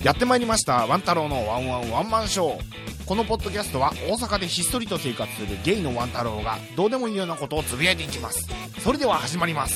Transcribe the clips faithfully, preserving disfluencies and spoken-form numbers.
やってまいりましたワン太郎のワンワンワンマンショー。このポッドキャストは大阪でひっそりと生活するゲイのワン太郎がどうでもいいようなことをつぶやいていきます。それでは始まります。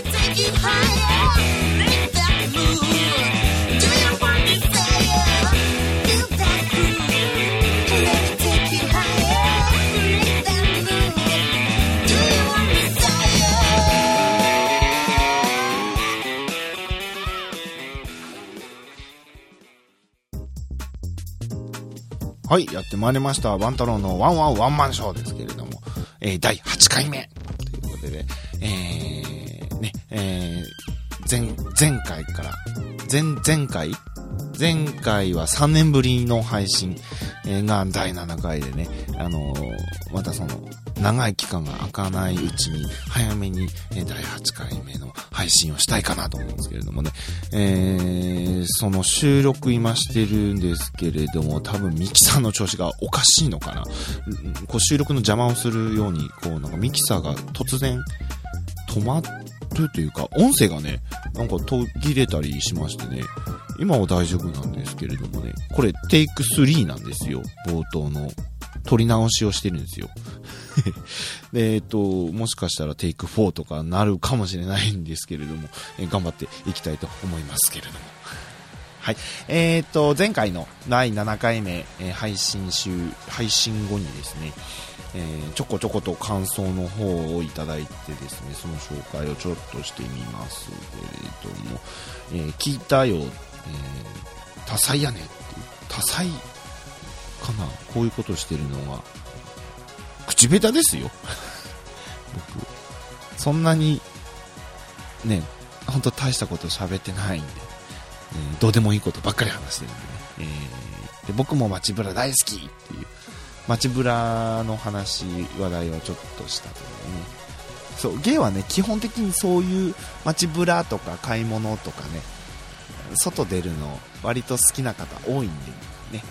はい、やってまいりましたワン太郎のワンワンワンマンショーですけれども、えー、だいはちかいめということで、えー、ね、えー、前、前回から、前、前回前回はさんねんぶりの配信がだいななかいでね、あのー、またその、長い期間が空かないうちに、早めにだいはちかいめの配信をしたいかなと思うんですけれどもね、えー、その収録今してるんですけれども、多分ミキサーの調子がおかしいのかな。こう収録の邪魔をするように、こうなんかミキサーが突然止まるというか、音声がね、なんか途切れたりしましてね、今は大丈夫なんですけれどもね、これテイクスリーなんですよ。冒頭の撮り直しをしてるんですよ。で、えっと、もしかしたらテイクフォーとかなるかもしれないんですけれども、え頑張っていきたいと思いますけれども。はい。えー、っと、前回のだいななかいめ、えー、配信週、配信後にですね、えー、ちょこちょこと感想の方をいただいてですね、その紹介をちょっとしてみますけれども、えー、聞いたよ、えー、多彩やねっていう、多彩かな、こういうことしてるのが、口下手ですよ。僕、そんなに、ね、ほんと大したこと喋ってないんで、えー、どうでもいいことばっかり話してるんでね。えー、で僕も街ブラ大好きっていう、街ブラの話、話題をちょっとしたというね。そう、ゲイはね、基本的にそういう街ブラとか買い物とかね、外出るの割と好きな方多いんでね。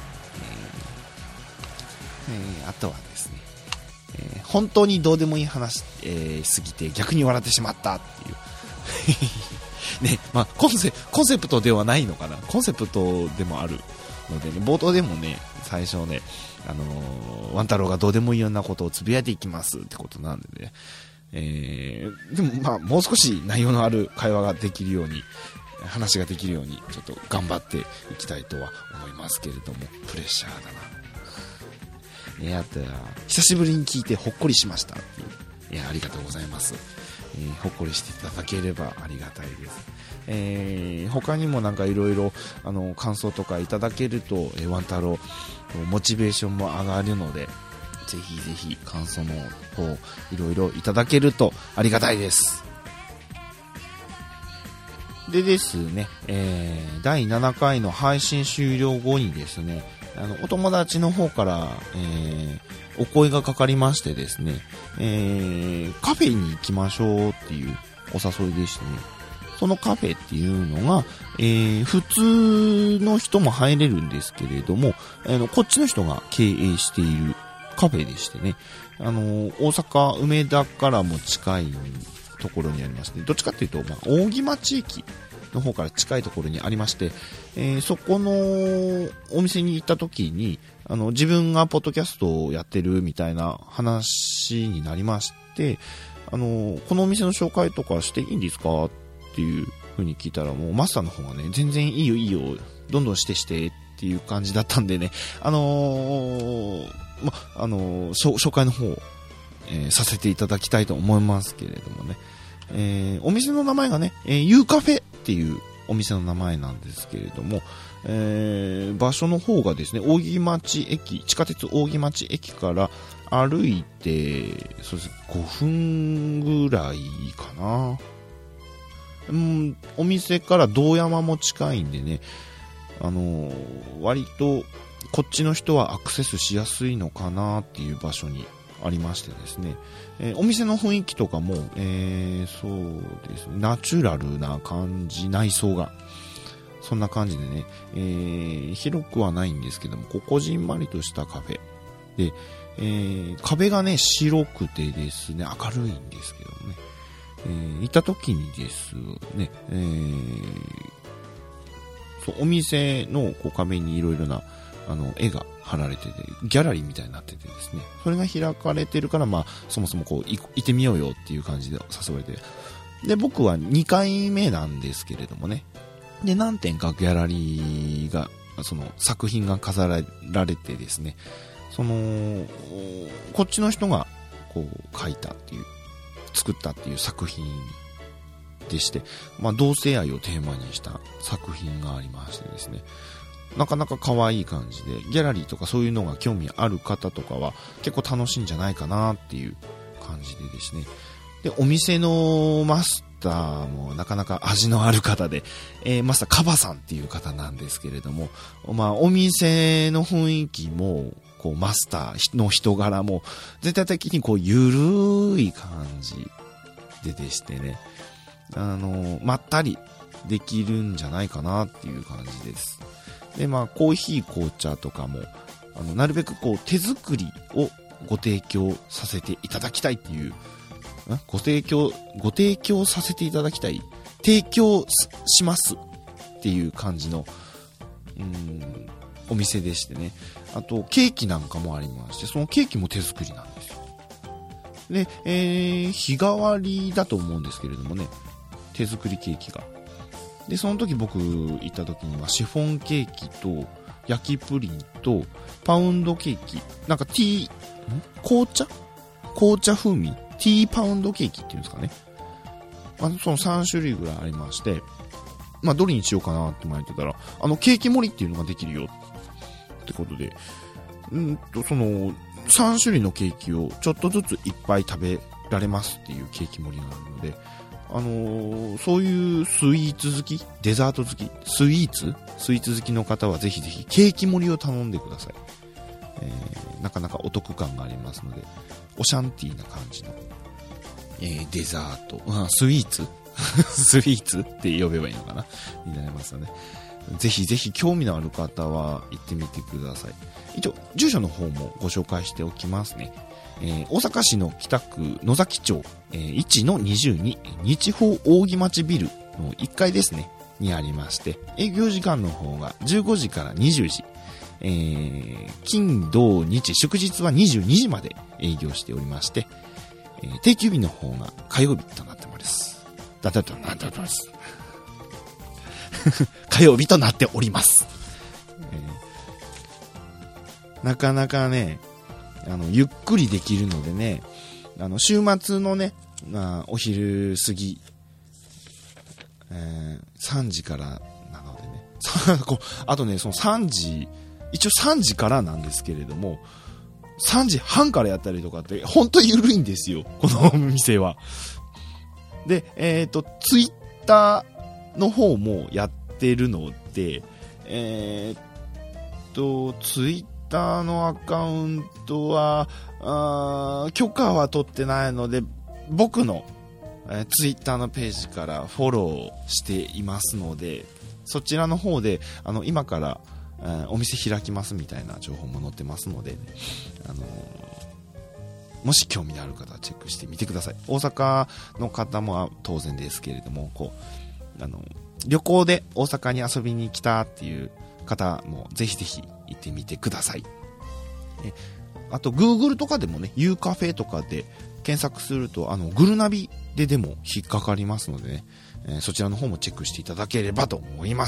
えーえー、あとはですね、えー、本当にどうでもいい話、えー、すぎて逆に笑ってしまったっていうね、まあコンセ、コンセプトではないのかな、コンセプトでもあるのでね、冒頭でもね、最初ね、あのー、ワン太郎がどうでもいいようなことをつぶやいていきますってことなんでね、えー、でもまあもう少し内容のある会話ができるように、話ができるようにちょっと頑張っていきたいとは思いますけれども、プレッシャーだな。えー、あとは久しぶりに聞いてほっこりしましたっていう、いや、ありがとうございます。えー、ほっこりしていただければありがたいです。えー、他にもなんかいろいろあの感想とかいただけると、えー、ワン太郎モチベーションも上がるので、ぜひぜひ感想の方いろいろいただけるとありがたいです。でですね、えー、だいななかいの配信終了後にですね、あのお友達の方から、えー、お声がかかりましてですね、えー、カフェに行きましょうっていうお誘いでしてね、そのカフェっていうのが、えー、普通の人も入れるんですけれども、あのこっちの人が経営しているカフェでしてね、あの大阪梅田からも近いところにありまして、どっちかっていうと、まあ、扇町駅の方から近いところにありまして、えー、そこのお店に行った時に、あの自分がポッドキャストをやってるみたいな話になりまして、あのこのお店の紹介とかしていいんですかっていう風に聞いたら、もうマスターの方がね、全然いいよいいよ、どんどんしてしてっていう感じだったんでね、あのー、ま、あのー、紹介の方、えー、させていただきたいと思いますけれどもね、えー、お店の名前がね、えー、ユーカフェっていうお店の名前なんですけれども、えー、場所の方がですね、扇町駅、地下鉄扇町駅から歩いて、そうです、ごふんぐらいかな。うん、お店から堂山も近いんでね、あのー、割とこっちの人はアクセスしやすいのかなっていう場所にありましてですね、えー、お店の雰囲気とかも、えー、そうですね、ナチュラルな感じ、内装がそんな感じでね、えー、広くはないんですけども、ここじんまりとしたカフェで、えー、壁がね白くてですね、明るいんですけどもね、えー、行った時にですね、えー、 そう、お店のこう壁にいろいろな、あの、絵が貼られてて、ギャラリーみたいになっててですね、それが開かれてるから、まあ、そもそもこう、い、いてみようよっていう感じで誘われて、で、僕はにかいめなんですけれどもね、で、何点かギャラリーが、その、作品が飾られてですね、その、こっちの人が、こう、描いたっていう、作ったっていう作品でして、まあ、同性愛をテーマにした作品がありましてですね、なかなか可愛い感じで、ギャラリーとかそういうのが興味ある方とかは結構楽しいんじゃないかなっていう感じでですね。で、お店のマスターもなかなか味のある方で、えー、マスターカバさんっていう方なんですけれども、まあ、お店の雰囲気も、こう、マスターの人柄も、全体的にこう、ゆるい感じででしてね、あの、まったりできるんじゃないかなっていう感じです。で、まあ、コーヒー、紅茶とかも、あの、なるべくこう、手作りをご提供させていただきたいっていう、ご提供、ご提供させていただきたい、提供しますっていう感じの、うーん、お店でしてね。あと、ケーキなんかもありまして、そのケーキも手作りなんですよ。で、えー、日替わりだと思うんですけれどもね、手作りケーキが。で、その時僕行った時にはシフォンケーキと焼きプリンとパウンドケーキ、なんかティー、ん紅茶紅茶風味ティーパウンドケーキっていうんですかね。まあ、そのさん種類ぐらいありまして、まあ、どれにしようかなって迷ってたら、あの、ケーキ盛りっていうのができるよってことで、んと、その、さん種類のケーキをちょっとずついっぱい食べられますっていうケーキ盛りがあるので、あのー、そういうスイーツ好き、デザート好き、スイーツスイーツ好きの方はぜひぜひケーキ盛りを頼んでください。えー、なかなかお得感がありますので、オシャンティーな感じの、えー、デザート、あ、スイーツスイーツって呼べばいいのかなになりますので、ぜひぜひ興味のある方は行ってみてください。一応、住所の方もご紹介しておきますね。えー、大阪市の北区野崎町、えー、いちのにじゅうに日宝扇町ビルのいっかいですね、にありまして、営業時間の方がじゅうごじからにじゅうじ、えー、金土日祝日はにじゅうにじまで営業しておりまして、えー、定休日の方が火曜日となっております。だだだなっております。火曜日となっております。えー、なかなかね、あの、ゆっくりできるのでね、あの、週末のね、まあ、お昼過ぎ、えー、さんじからなのでね、あとね、そのさんじ、一応さんじからなんですけれども、さんじはんからやったりとかって、ほんと緩いんですよ、このお店は。で、えっと、ツイッターの方もやってるので、えっと、ツイッターのアカウントは、あ許可は取ってないので、僕の、えー、ツイッターのページからフォローしていますので、そちらの方で、あの、今から、えー、お店開きますみたいな情報も載ってますので、ね、あのー、もし興味のある方はチェックしてみてください。大阪の方も当然ですけれども、こう、あの、旅行で大阪に遊びに来たっていう方もぜひぜひ行ってみてください。えあと Google とかでもね、ユーカフェとかで検索すると、あのグルナビででも引っかかりますのでね、えー、そちらの方もチェックしていただければと思います。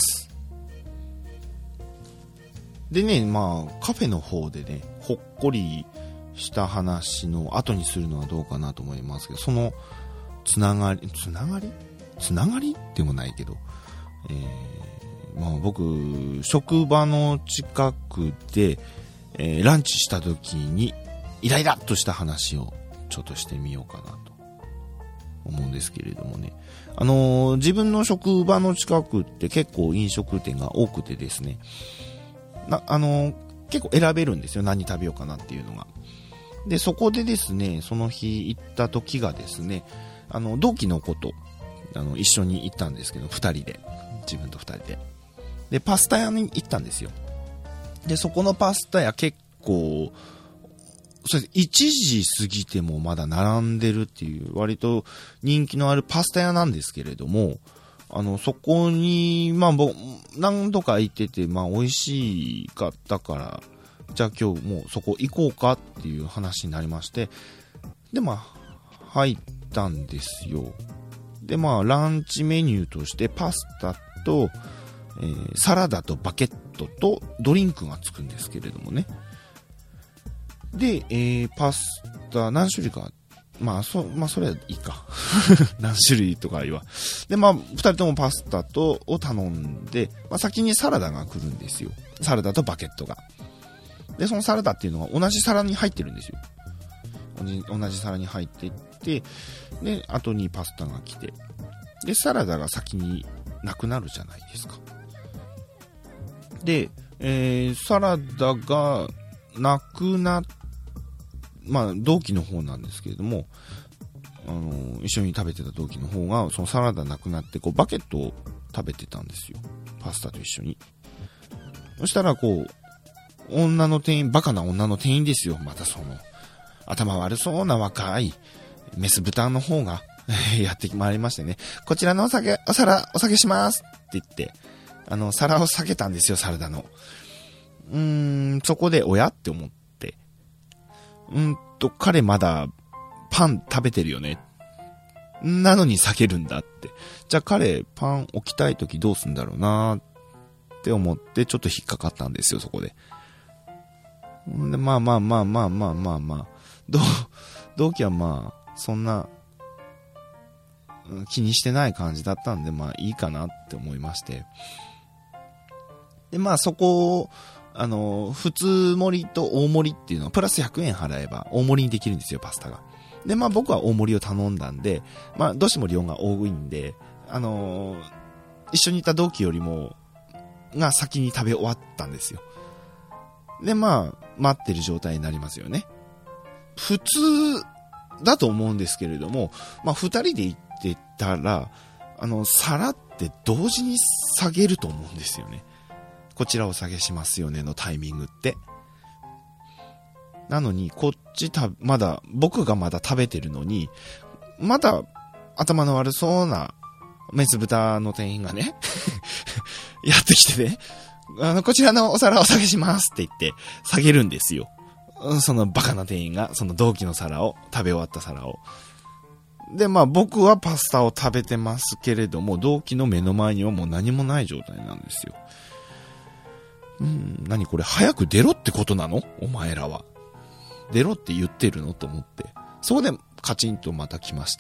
でね、まあカフェの方でね、ほっこりした話の後にするのはどうかなと思いますけど、そのつながりつながりつながりでもないけど、えー、まあ僕職場の近くで、えー、ランチした時にイライラっとした話をちょっとしてみようかなと思うんですけれどもね、あのー、自分の職場の近くって結構飲食店が多くてですね、なあのー、結構選べるんですよ、何食べようかなっていうのが。でそこでですね、その日行った時がですね、あの同期の子とあの一緒に行ったんですけど、二人で、自分と二人ででパスタ屋に行ったんですよ。でそこのパスタ屋結構それいちじ過ぎてもまだ並んでるっていう割と人気のあるパスタ屋なんですけれども、 あの、そこに、まあ、僕、何度か行ってて、まあ、美味しかったから、じゃあ今日もうそこ行こうかっていう話になりまして、で、まあ、入ったんですよ。で、まあ、ランチメニューとしてパスタと、えー、サラダとバケットとドリンクがつくんですけれどもね。で、えー、パスタ何種類か、まあ、そ、まあ、それはいいか。何種類とかいいわ。で、まあ、二人ともパスタと、を頼んで、まあ、先にサラダが来るんですよ。サラダとバケットが。で、そのサラダっていうのが同じ皿に入ってるんですよ。同じ皿に入っていって、で、後にパスタが来て、で、サラダが先になくなるじゃないですか。で、えー、サラダがなくなっまあ、同期の方なんですけれども、あの、一緒に食べてた同期の方が、そのサラダなくなって、こう、バケットを食べてたんですよ。パスタと一緒に。そしたら、こう、女の店員、バカな女の店員ですよ。またその、頭悪そうな若い、メス豚の方が、やってまいりましてね。こちらのお酒、お皿、お酒しますって言って、あの、皿を下げたんですよ、サラダの。うーん、そこで、おやって思って。うんと、彼まだパン食べてるよね。なのに避けるんだって。じゃあ彼パン置きたいときどうすんだろうなって思ってちょっと引っかかったんですよ、そこで。で、まあまあまあまあまあまあまあ。どう、同期はまあ、そんな、気にしてない感じだったんで、まあいいかなって思いまして。で、まあそこを、あの、普通盛りと大盛りっていうのはプラスひゃくえん払えば大盛りにできるんですよ、パスタが。で、まあ僕は大盛りを頼んだんで、まあどうしても量が多いんで、あのー、一緒にいた同期よりも、が先に食べ終わったんですよ。で、まあ、待ってる状態になりますよね。普通だと思うんですけれども、まあ二人で行ってたら、あの、皿って同時に下げると思うんですよね。こちらお下げしますよねのタイミングって。なのに、こっちた、まだ、僕がまだ食べてるのに、まだ頭の悪そうなメス豚の店員がね、やってきてね、あの、こちらのお皿お下げしますって言って、下げるんですよ。そのバカな店員が、その同期の皿を、食べ終わった皿を。で、まあ僕はパスタを食べてますけれども、同期の目の前にはもう何もない状態なんですよ。うん、何これ早く出ろってことなの？お前らは。出ろって言ってるのと思って。そこでカチンとまた来まして。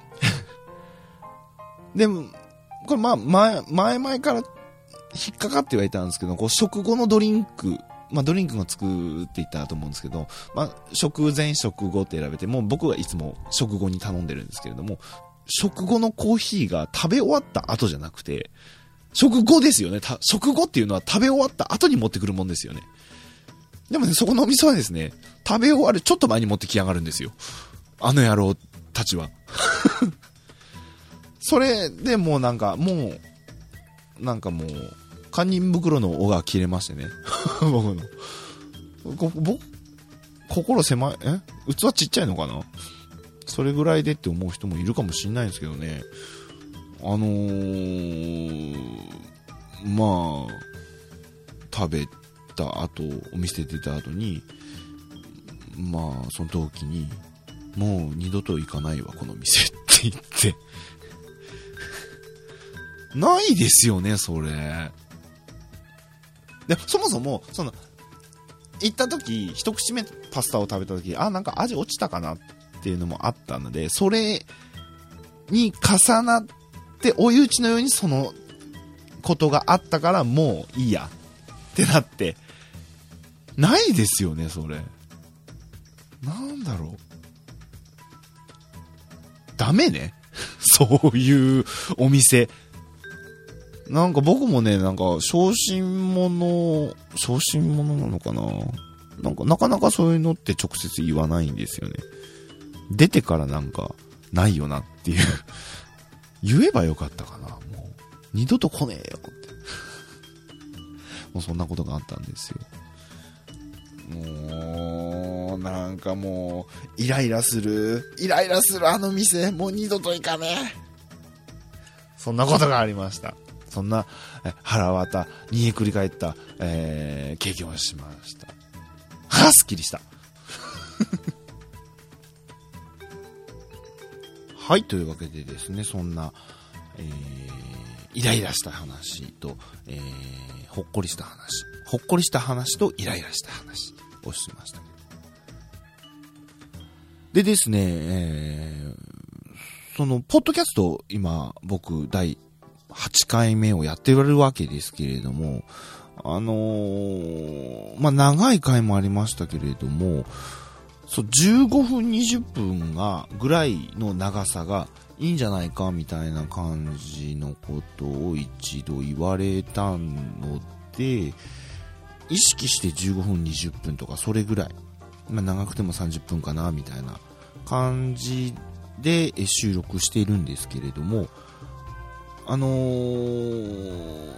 でも、これまあ前、前々から引っかかってはいたんですけど、こう食後のドリンク、まあドリンクがつくって言ったと思うんですけど、まあ食前食後って選べて、もう僕はいつも食後に頼んでるんですけれども、食後のコーヒーが食べ終わった後じゃなくて、食後ですよね。食後っていうのは食べ終わった後に持ってくるもんですよね。でもね、そこのお店はですね、食べ終わるちょっと前に持ってきやがるんですよ。あの野郎たちは。それでもうなんか、もう、なんかもう、堪忍袋の尾が切れましてね。僕の。こ、僕、心狭い、え器ちっちゃいのかな？それぐらいでって思う人もいるかもしれないんですけどね。あのー、まあ、食べた後、お店出た後に、まあ、その同期に、もう二度と行かないわ、この店って言って。ないですよね、それ。で、そもそも、その、行った時、一口目パスタを食べた時、あ、なんか味落ちたかなっていうのもあったので、それに重なって、で、追い打ちのようにそのことがあったからもういいやってなって、ないですよね、それ。なんだろう。ダメね。そういうお店。なんか僕もね、なんか小心者、小心者なのかな？なんかなかなかそういうのって直接言わないんですよね。出てからなんかないよなっていう。言えばよかったかな。もう二度と来ねえよって。もうそんなことがあったんですよ。もうなんかもうイライラするイライラするあの店もう二度と行かねえ。 そんなことがありました。そんな腹渡煮えくり返った、えー、経験をしました。はぁ、すっきりした。はい、というわけでですね、そんな、えー、イライラした話と、えー、ほっこりした話、ほっこりした話とイライラした話をしました。でですね、えー、そのポッドキャスト今僕だいはちかいめをやってるわけですけれども、あのー、まあ、長い回もありましたけれども、そうじゅうごふんにじゅっぷんがぐらいの長さがいいんじゃないかみたいな感じのことを一度言われたので、意識してじゅうごふんにじゅっぷんとかそれぐらい、まあ、長くてもさんじゅっぷんかなみたいな感じで収録しているんですけれども、あのー、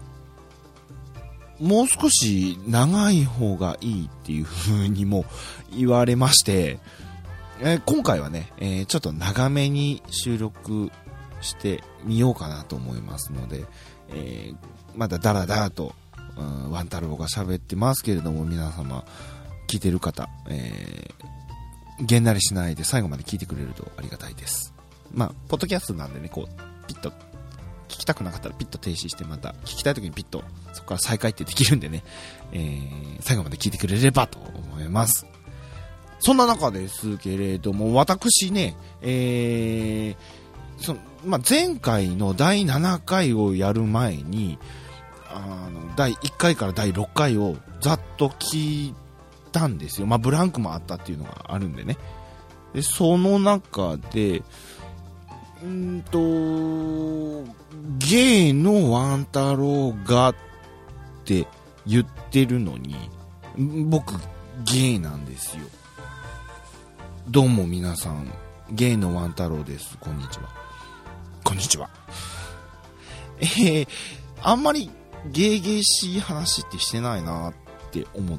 もう少し長い方がいいっていう風にも言われまして、えー、今回はね、えー、ちょっと長めに収録してみようかなと思いますので、えー、まだダラダラと、うん、ワン太郎が喋ってますけれども、皆様聞いてる方、えー、げんなりしないで最後まで聞いてくれるとありがたいです。まあポッドキャストなんでね、こうピッと聞きたくなかったらピッと停止して、また聞きたい時にピッとそこから再開ってできるんでね、えー、最後まで聞いてくれればと思います。そんな中ですけれども、私ね、えー、そのまあ、前回のだいななかいをやる前に、あのだいいっかいからだいろっかいをざっと聞いたんですよ。まあ、ブランクもあったっていうのがあるんでね。でその中でんーとゲイのワン太郎がって言ってるのに、僕ゲイなんですよ。どうも皆さん、ゲイのワン太郎です。こんにちは。こんにちは。えー、あんまりゲイゲイしい話ってしてないなって思って、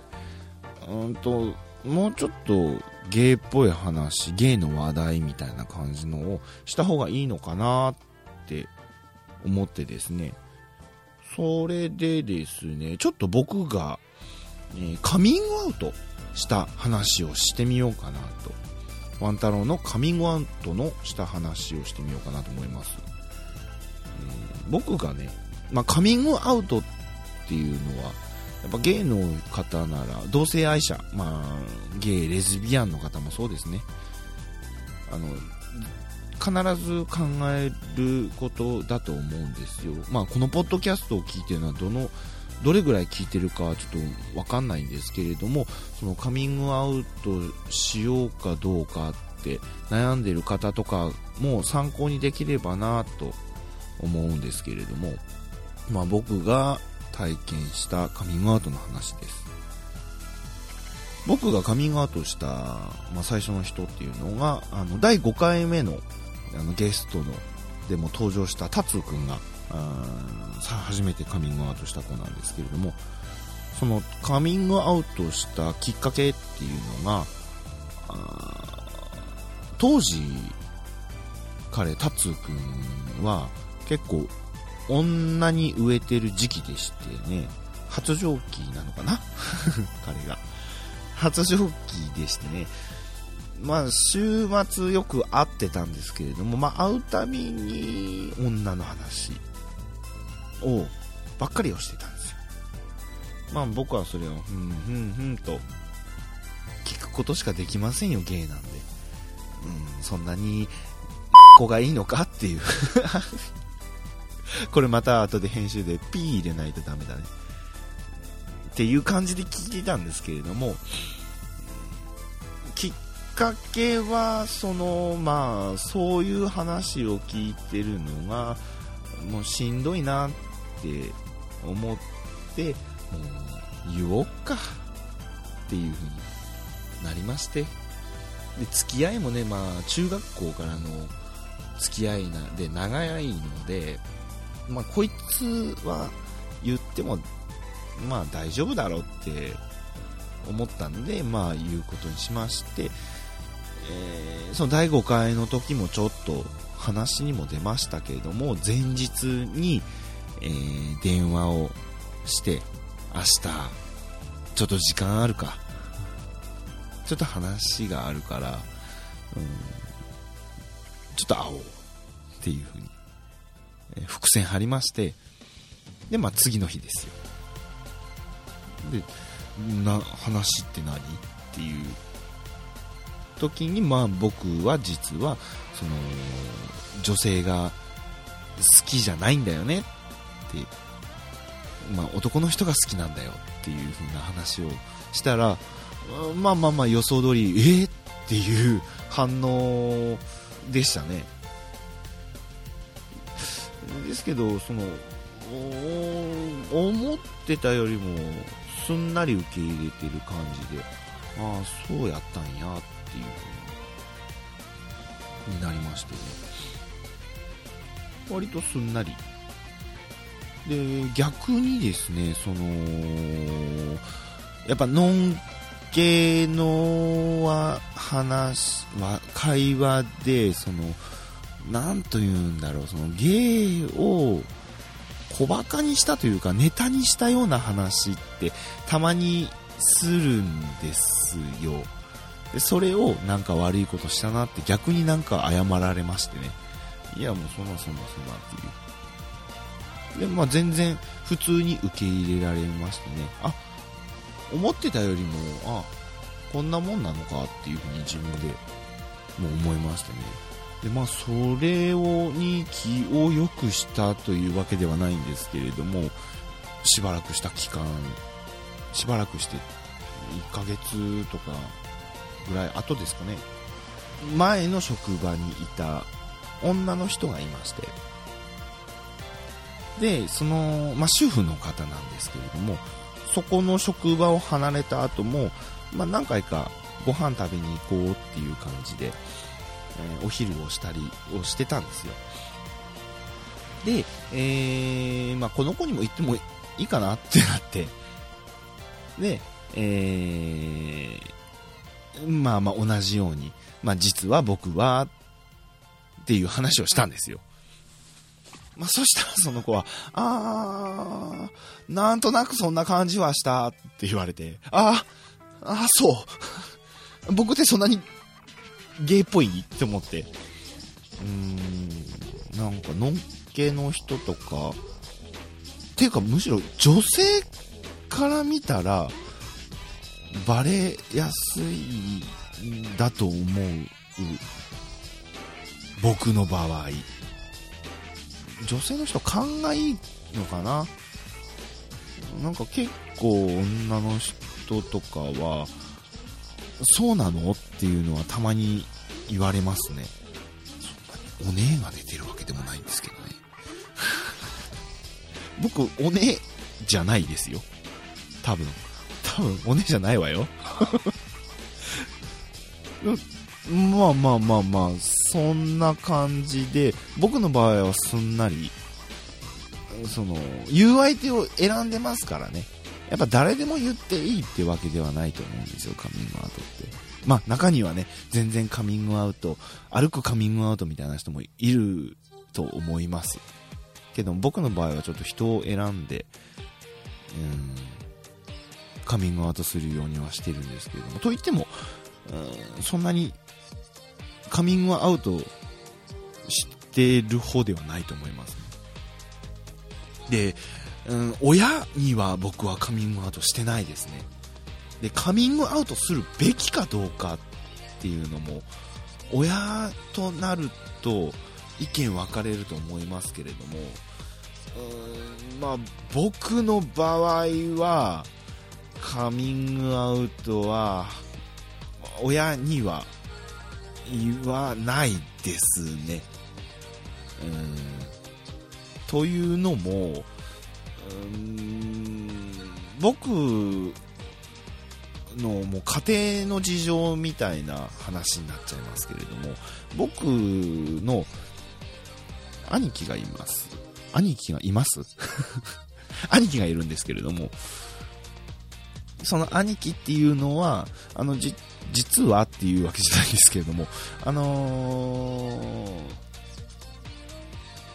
うんともうちょっとゲイっぽい話、ゲイの話題みたいな感じのをした方がいいのかなって思ってですね。それでですね、ちょっと僕が、えー、カミングアウトした話をしてみようかなと。ワン太郎のカミングアウトのした話をしてみようかなと思います。えー、僕がね、まあ、カミングアウトっていうのはやっぱゲイの方なら同性愛者、まあゲイレズビアンの方もそうですね。あの必ず考えることだと思うんですよ。まあこのポッドキャストを聞いてるのはどのどれぐらい聞いてるかはちょっとわかんないんですけれども、そのカミングアウトしようかどうかって悩んでる方とかも参考にできればなと思うんですけれども、まあ僕が体験したカミングアウトの話です。僕がカミングアウトした、まあ、最初の人っていうのがあのだいごかいめの、あのゲストのでも登場したタツくんがさ初めてカミングアウトした子なんですけれども、そのカミングアウトしたきっかけっていうのが、当時彼タツくんは結構女に植えてる時期でしてね、発情期なのかな彼が発情期でしてね、まあ週末よく会ってたんですけれども、まあ会うたびに女の話をばっかりをしてたんですよ。まあ僕はそれをふんふんふんと聞くことしかできませんよ、ゲイなんで。うん、そんなに子がいいのかっていうこれまた後で編集でピー入れないとダメだねっていう感じで聞いていたんですけれども、きっかけはそのまあそういう話を聞いてるのがもうしんどいなって思って、もう言おうかっていう風になりまして、で付き合いもね、まあ中学校からの付き合いなで長いので、まあこいつは言ってもまあ大丈夫だろうって思ったんで、まあ言うことにしまして、えー、そのだいごかいの時もちょっと話にも出ましたけれども、前日に、えー、電話をして、明日ちょっと時間あるか、ちょっと話があるから、うん、ちょっと会おうっていう風に、えー、伏線張りまして、でまあ次の日ですよ。でな話って何っていう時に、まあ僕は実はその女性が好きじゃないんだよねって、まあ男の人が好きなんだよっていう風な話をしたら、まあまあまあ予想通りえー、っていう反応でしたね。ですけど、その思ってたよりもすんなり受け入れてる感じで、ああそうやったんやっていう風になりましてね、割とすんなりで、逆にですね、そのやっぱノン系のは話は会話で、そのなんというんだろう、そのゲイを小馬鹿にしたというかネタにしたような話ってたまにするんですよ。でそれをなんか悪いことしたなって逆になんか謝られましてね、いやもうそんなそんなそんなっていうで、まあ全然普通に受け入れられましてね、あ、思ってたよりもあこんなもんなのかっていうふうに自分でもう思いましてね。でまあそれをに気を良くしたというわけではないんですけれども、しばらくした期間、しばらくしていっかげつとかぐらい後ですかね、前の職場にいた女の人がいまして、でその、まあ、主婦の方なんですけれども、そこの職場を離れた後も、まあ、何回かご飯食べに行こうっていう感じで、えー、お昼をしたりをしてたんですよ。で、えーまあ、この子にも言ってもいいかなってなって、で、えー、まあまあ同じように、まあ実は僕はっていう話をしたんですよ。まあそしたらその子は、あー、なんとなくそんな感じはしたって言われて、あー、あーそう。僕ってそんなにゲイっぽいって思って、うーん、なんかのんけの人とか、っていうかむしろ女性から見たらバレやすいんだと思う、僕の場合。女性の人勘がいいのかな。なんか結構女の人とかはそうなのっていうのはたまに言われますね。そんなにお姉が出てるわけでもないんですけどね。僕お姉じゃないですよ。多分多分お姉じゃないわよ。まあまあまあまあそんな感じで、僕の場合はすんなりその言う相手を選んでますからね。やっぱ誰でも言っていいってわけではないと思うんですよ、カミングアウトって。まあ中にはね、全然カミングアウト、歩くカミングアウトみたいな人もいると思いますけど、僕の場合はちょっと人を選んで、うん、カミングアウトするようにはしてるんですけれども、といっても、うん、そんなにカミングアウトしてる方ではないと思いますね。で、うん、親には僕はカミングアウトしてないですね。で、カミングアウトするべきかどうかっていうのも親となると意見分かれると思いますけれども、うーん、まあ僕の場合はカミングアウトは親には言わないですね。うーん、というのも、うーん、僕のもう家庭の事情みたいな話になっちゃいますけれども、僕の兄貴がいます。兄貴がいます兄貴がいるんですけれども、その兄貴っていうのはあのじ実はっていうわけじゃないんですけれども、あのー、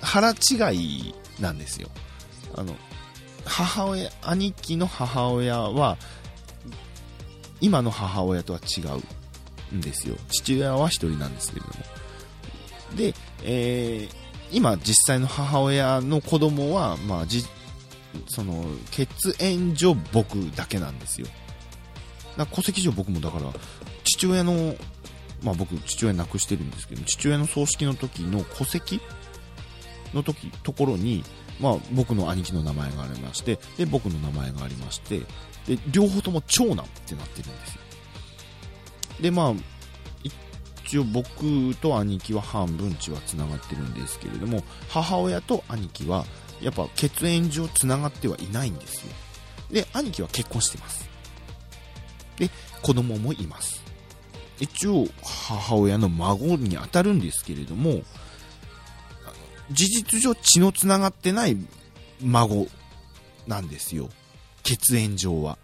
腹違いなんですよ。あの、母親、兄貴の母親は、今の母親とは違うんですよ。父親は一人なんですけれども。で、えー、今実際の母親の子供は、まあ、じ、その、血縁上僕だけなんですよ。だから戸籍上僕もだから、父親の、まあ僕、父親亡くしてるんですけど、父親の葬式の時の戸籍の時、ところに、まあ僕の兄貴の名前がありまして、で、僕の名前がありまして、で、両方とも長男ってなってるんですよ。で、まあ、一応僕と兄貴は半分血は繋がってるんですけれども、母親と兄貴は、やっぱ血縁上繋がってはいないんですよ。で、兄貴は結婚してます。で、子供もいます。一応、母親の孫に当たるんですけれども、事実上血の繋がってない孫なんですよ。血縁上は。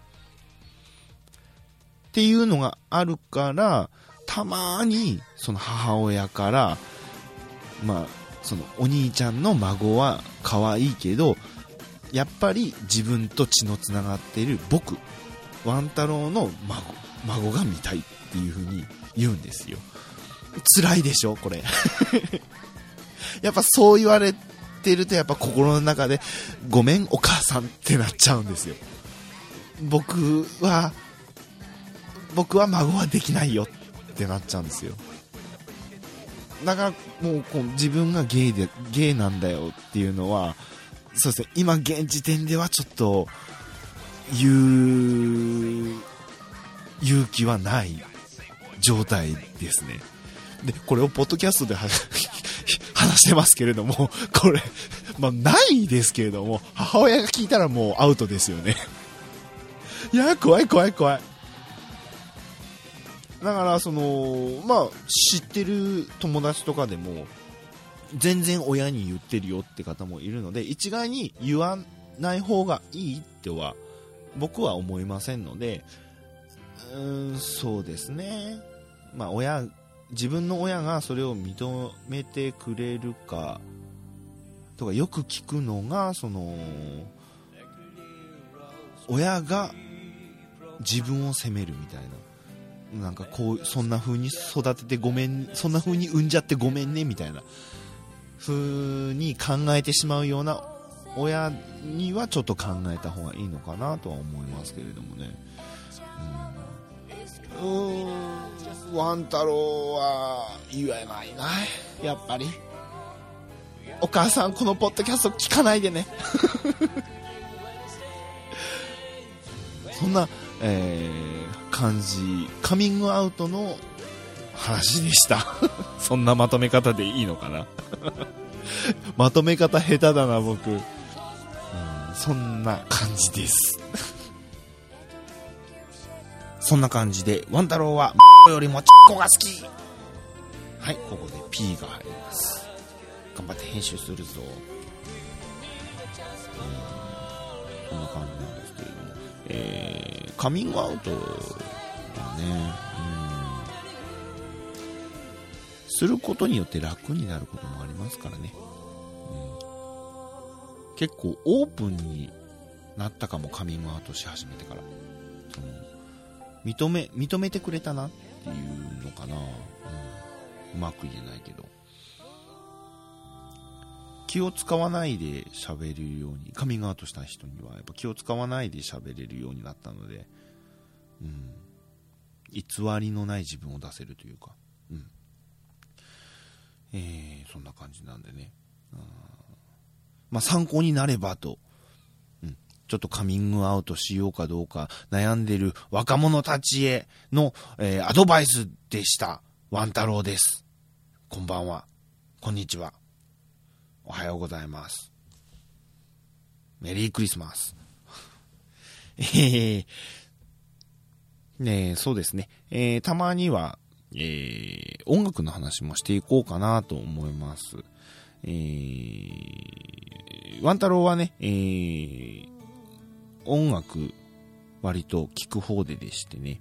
っていうのがあるから、たまにその母親から、まあ、そのお兄ちゃんの孫は可愛いけど、やっぱり自分と血の繋がっている僕、ワン太郎の孫、孫が見たいっていう風に言うんですよ。辛いでしょこれ。やっぱそう言われてるとやっぱ心の中でごめんお母さんってなっちゃうんですよ。僕は僕は孫はできないよってなっちゃうんですよ。だからもうこう自分がゲイでゲイなんだよっていうのはそうですね、今現時点ではちょっと言う勇気はない状態ですね。でこれをポッドキャストで話してますけれども、これまあないですけれども、母親が聞いたらもうアウトですよね。いや怖い怖い怖い。だからそのまあ知ってる友達とかでも全然親に言ってるよって方もいるので、一概に言わない方がいいっては僕は思いませんので、うーんそうですね、まあ親自分の親がそれを認めてくれるかとかよく聞くのが、その親が自分を責めるみたいな、なんかこうそんな風に育ててごめん、そんな風に産んじゃってごめんねみたいな風に考えてしまうような親にはちょっと考えた方がいいのかなとは思いますけれどもね。うーん、ワン太郎は言えないな、やっぱり。お母さんこのポッドキャスト聞かないでね。そんな、えー、感じ、カミングアウトの話でした。そんなまとめ方でいいのかな。まとめ方下手だな僕、うん、そんな感じです。そんな感じでワン太郎はよりもチッコが好き。はい、ここで P が入ります。頑張って編集するぞ。こんな感じなんですけれども、えー、カミングアウトはね、うん、することによって楽になることもありますからね、うん、結構オープンになったかも、カミングアウトし始めてから。その認め認めてくれたなっていうのかな、うん、うまく言えないけど、気を使わないで喋れるように、カミングアウトした人にはやっぱ気を使わないで喋れるようになったので、うん、偽りのない自分を出せるというか、うん、えー、そんな感じなんでね、あ、まあ参考になればと、うん、ちょっとカミングアウトしようかどうか悩んでる若者たちへの、えー、アドバイスでした。ワン太郎です。こんばんは、こんにちは、おはようございます。メリークリスマス。えー、ねえ、そうですね。えー、たまには、えー、音楽の話もしていこうかなと思います。えー、ワン太郎はね、えー、音楽割と聴く方ででしてね、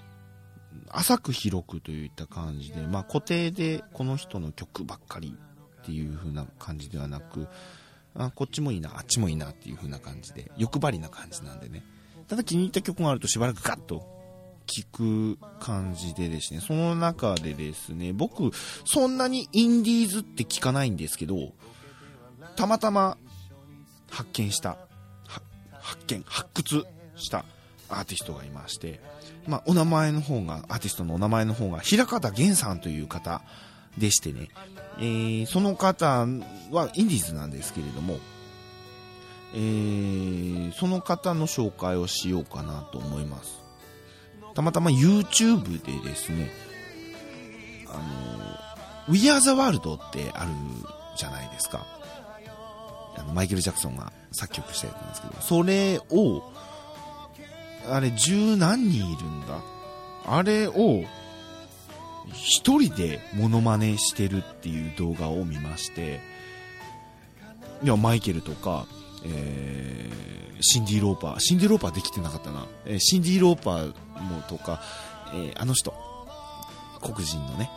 浅く広くといった感じで、まあ固定でこの人の曲ばっかりっていう風な感じではなく、あこっちもいいなあっちもいいなっていう風な感じで欲張りな感じなんでね。ただ気に入った曲があるとしばらくガッと聴く感じでですね、その中でですね、僕そんなにインディーズって聞かないんですけど、たまたま発見した発見発掘したアーティストがいまして、まあお名前の方がアーティストのお名前の方が平方源さんという方でしてね、えー、その方はインディーズなんですけれども、えー、その方の紹介をしようかなと思います。たまたま YouTube でですね、あの We Are the World ってあるじゃないですか。あのマイケル・ジャクソンが作曲したやつなんですけど、それをあれ十何人いるんだ、あれを一人でモノマネしてるっていう動画を見まして、いやマイケルとか、えー、シンディ・ローパーシンディ・ローパーできてなかったな、えー、シンディ・ローパーもとか、えー、あの人黒人のね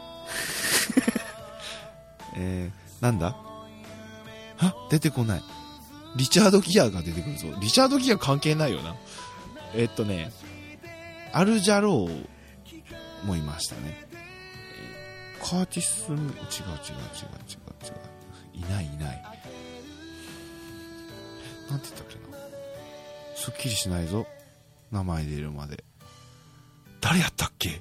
えー、なんだは出てこない、リチャード・ギアが出てくるぞ。リチャード・ギア関係ないよな。えー、っとねアルジャローもいましたね。カーティス、違う違う違う違う違う違う、いないいない、なんて言ったっけな、すっきりしないぞ名前出るまで。誰やったっけ、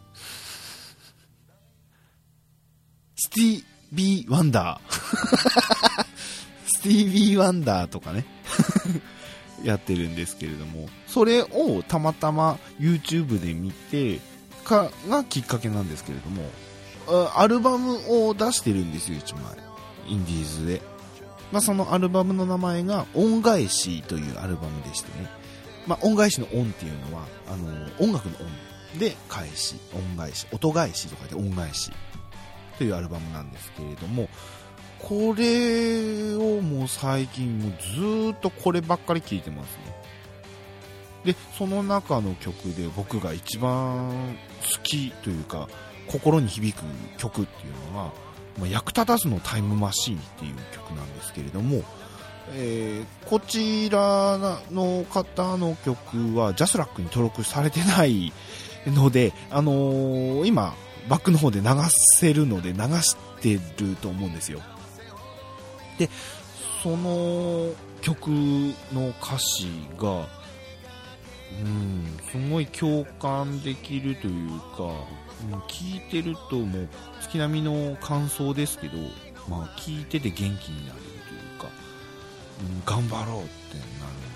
スティービー・ワンダースティービー・ワンダーとかねやってるんですけれども、それをたまたま YouTube で見てかがきっかけなんですけれども、アルバムを出してるんですよ、いちまいインディーズで。まあ、そのアルバムの名前が恩返しというアルバムでしてね、まあ、恩返しの恩っていうのはあの音楽の恩で返し、恩返し、音返しとかで恩返しというアルバムなんですけれども、これをもう最近もうずーっとこればっかり聴いてますね。でその中の曲で僕が一番好きというか心に響く曲っていうのが、まあ、役立たずのタイムマシーンっていう曲なんですけれども、えー、こちらの方の曲はジャスラックに登録されてないので、あのー、今バックの方で流せるので流してると思うんですよ。でその曲の歌詞がうんすごい共感できるというか、聞いてるともう月並みの感想ですけど、まあ、聞いてて元気になるというか、うん、頑張ろうってなるんですね。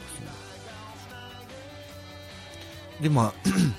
でまあ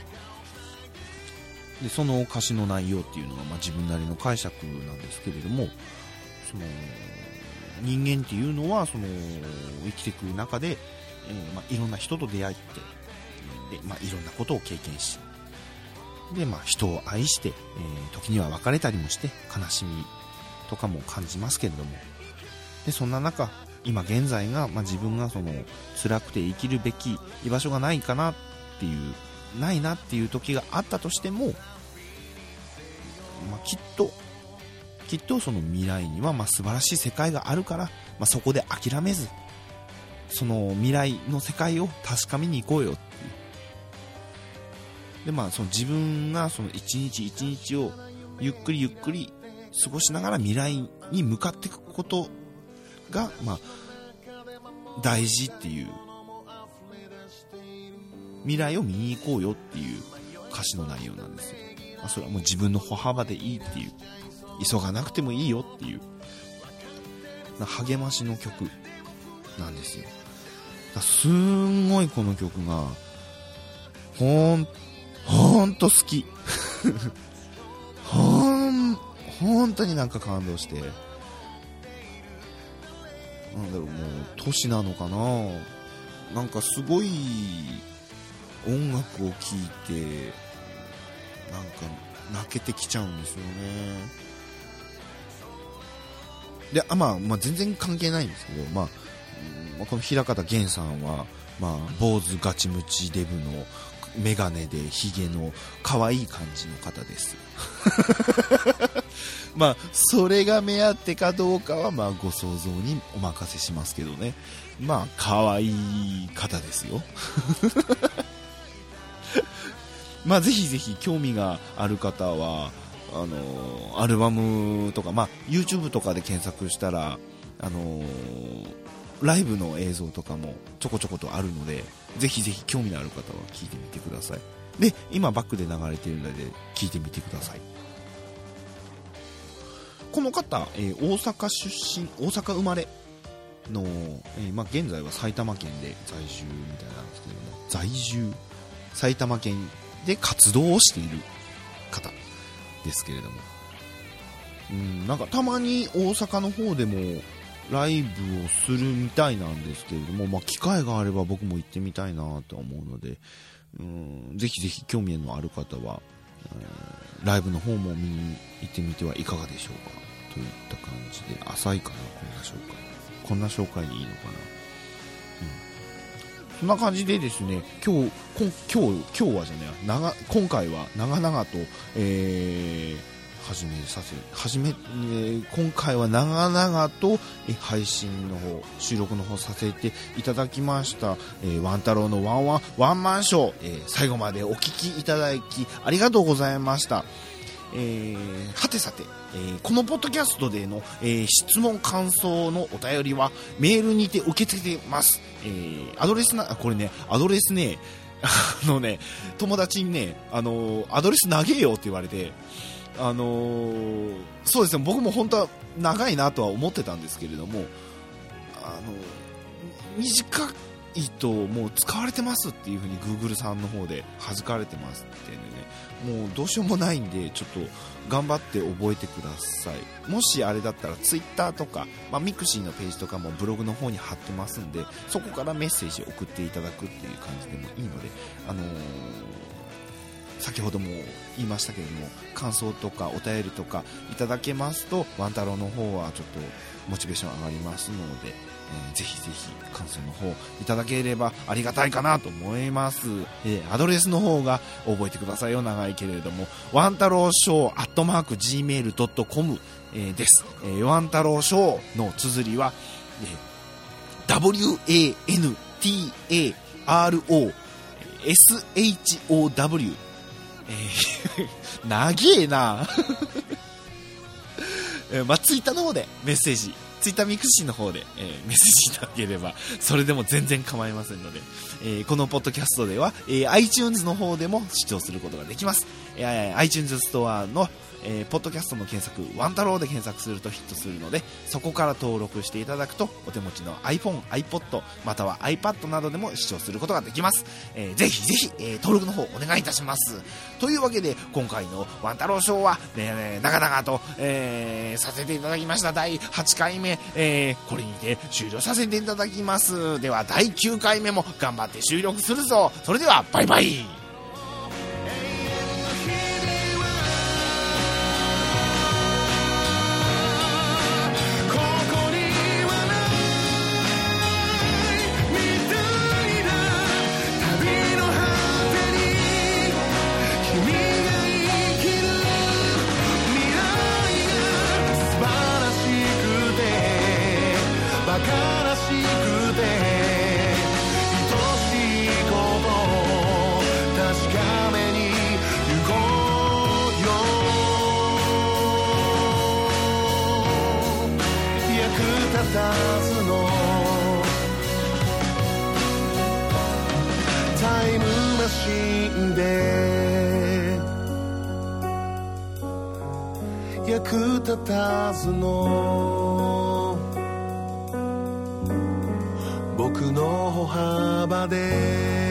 でその歌詞の内容っていうのは、まあ、自分なりの解釈なんですけれども、その人間っていうのはその生きていく中で、えーまあ、いろんな人と出会ってで、まあ、いろんなことを経験しで、まあ、人を愛して、えー、時には別れたりもして悲しみとかも感じますけれども、でそんな中今現在が、まあ、自分がその辛くて生きるべき居場所がないかなっていうないなっていう時があったとしても、まあ、きっときっとその未来にはまあ素晴らしい世界があるから、まあ、そこで諦めずその未来の世界を確かめに行こうよっていうで、まあ、その自分がその一日一日をゆっくりゆっくり過ごしながら未来に向かっていくことが、まあ、大事っていう未来を見に行こうよっていう歌詞の内容なんですよ。まあ、それはもう自分の歩幅でいいっていう急がなくてもいいよっていう励ましの曲なんですよ。だすんごいこの曲がほんほんと好きほん本当になんか感動して、なんだろう、もう年なのかな、なんかすごい音楽を聴いてなんか泣けてきちゃうんですよね。で、あ、まあ、まあ全然関係ないんですけど、まあ、うん、この平方源さんは、まあ、坊主ガチムチデブのメガネでヒゲの可愛い感じの方ですまあそれが目当てかどうかはまあご想像にお任せしますけどね。まあ可愛い方ですよまあぜひぜひ興味がある方はあのー、アルバムとか、まあ YouTube とかで検索したらあのー、ライブの映像とかもちょこちょことあるので、ぜひぜひ興味のある方は聞いてみてください。で、今バックで流れているので聞いてみてください。この方、えー、大阪出身、大阪生まれの、えーまあ、現在は埼玉県で在住みたいなんですけども、在住埼玉県で活動をしている方ですけれども、うん、なんかたまに大阪の方でもライブをするみたいなんですけれども、まあ、機会があれば僕も行ってみたいなと思うので、うん、ぜひぜひ興味のある方は、うん、ライブの方も見に行ってみてはいかがでしょうかといった感じで、浅いかな、こんな紹介こんな紹介でいいのかな、うん、そんな感じでですね、今日今日今日はじゃねえ長今回は長々と、えー始めさせ始め、えー、今回は長々とえ配信の方収録の方させていただきました、えー、ワン太郎のワンワンワンマンショー、えー、最後までお聞きいただきありがとうございました。えー、はてさて、えー、このポッドキャストでの、えー、質問感想のお便りはメールにて受け付けてます。えー、アドレスなこれねアドレスねあのね友達にねあのー、アドレス投げようって言われて、あのー、そうですね、僕も本当は長いなとは思ってたんですけれども、あの短いともう使われてますっていう風に Google さんの方で弾かれてますってね、もうどうしようもないんでちょっと頑張って覚えてください。もしあれだったら Twitter とか、まあ、ミクシーのページとかもブログの方に貼ってますんで、そこからメッセージ送っていただくっていう感じでもいいので、あのー先ほども言いましたけれども、感想とかお便りとかいただけますとワン太郎の方はちょっとモチベーション上がりますので、えー、ぜひぜひ感想の方いただければありがたいかなと思います。えー、アドレスの方が覚えてくださいよ、長いけれどもワン太郎ショーアットマーク ジーメールドットコム です。えー、ワン太郎ショーの綴りは、えー、ダブリューエーエヌティーエーアールオーエスエイチオーダブリューえー、長えなえー、まあ、ツイッターの方でメッセージ、ツイッターミクシーの方で、えー、メッセージいただければそれでも全然構いませんので、えー、このポッドキャストでは、えー、iTunes の方でも視聴することができます。えー、iTunes ストアのえー、ポッドキャストの検索ワン太郎で検索するとヒットするので、そこから登録していただくとお手持ちの iPhone、iPod または iPad などでも視聴することができます。えー、ぜひぜひ、えー、登録の方お願いいたします。というわけで今回のワン太郎ショーは、ね、長々と、えー、させていただきましただいはちかいめ、えー、これにて終了させていただきます。ではだいきゅうかいめも頑張って収録するぞ。それではバイバイ。タイムマシンで役立たずの僕の歩幅で